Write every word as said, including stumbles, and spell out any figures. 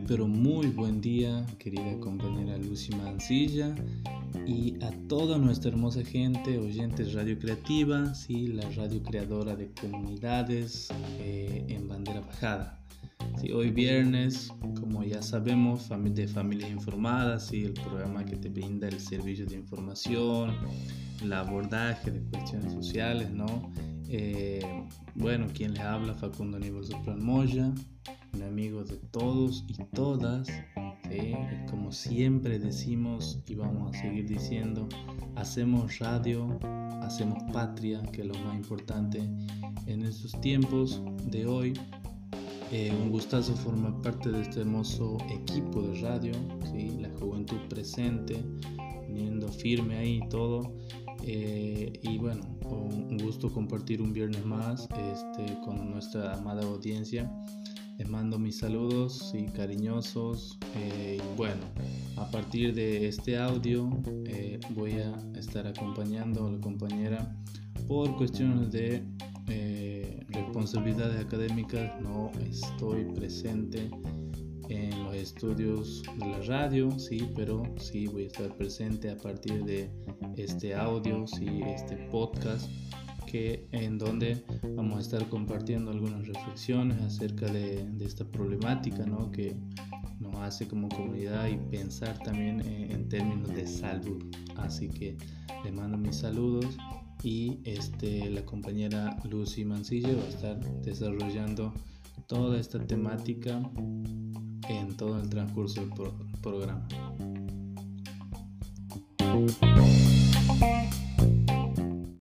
pero muy buen día, querida compañera Lucy Mancilla, y a toda nuestra hermosa gente, oyentes Radio Creativa, sí, la radio creadora de comunidades eh, en bandera bajada. Sí, hoy viernes, como ya sabemos, fami- de Familias Informadas, sí, el programa que te brinda el servicio de información, el abordaje de cuestiones sociales, ¿no? Eh, bueno, quien les habla, Facundo Aníbal Soplan Moya, un amigo de todos y todas, ¿sí? Como siempre decimos y vamos a seguir diciendo, hacemos radio, hacemos patria, que es lo más importante en estos tiempos de hoy. Eh, un gustazo formar parte de este hermoso equipo de radio, ¿sí? La juventud presente, poniendo firme ahí todo. Eh, y bueno, un gusto compartir un viernes más este, con nuestra amada audiencia. Les mando mis saludos y cariñosos. Eh, y bueno, a partir de este audio eh, voy a estar acompañando a la compañera por cuestiones de eh, responsabilidades académicas. No estoy presente en los estudios de la radio, sí, pero sí voy a estar presente a partir de este audio, sí, este podcast, que en donde vamos a estar compartiendo algunas reflexiones acerca de, de esta problemática, ¿no? Que nos hace como comunidad y pensar también en, en términos de salud. Así que le mando mis saludos y este, la compañera Lucy Mancilla va a estar desarrollando toda esta temática en todo el transcurso del pro- programa.